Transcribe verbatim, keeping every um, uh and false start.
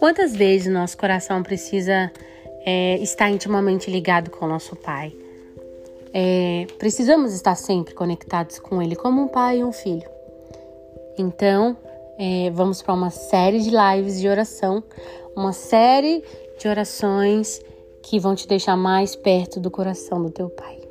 Quantas vezes nosso coração precisa é, estar intimamente ligado com o nosso Pai? É, precisamos estar sempre conectados com Ele, como um pai e um filho. Então, é, vamos para uma série de lives de oração, uma série de orações que vão te deixar mais perto do coração do teu Pai.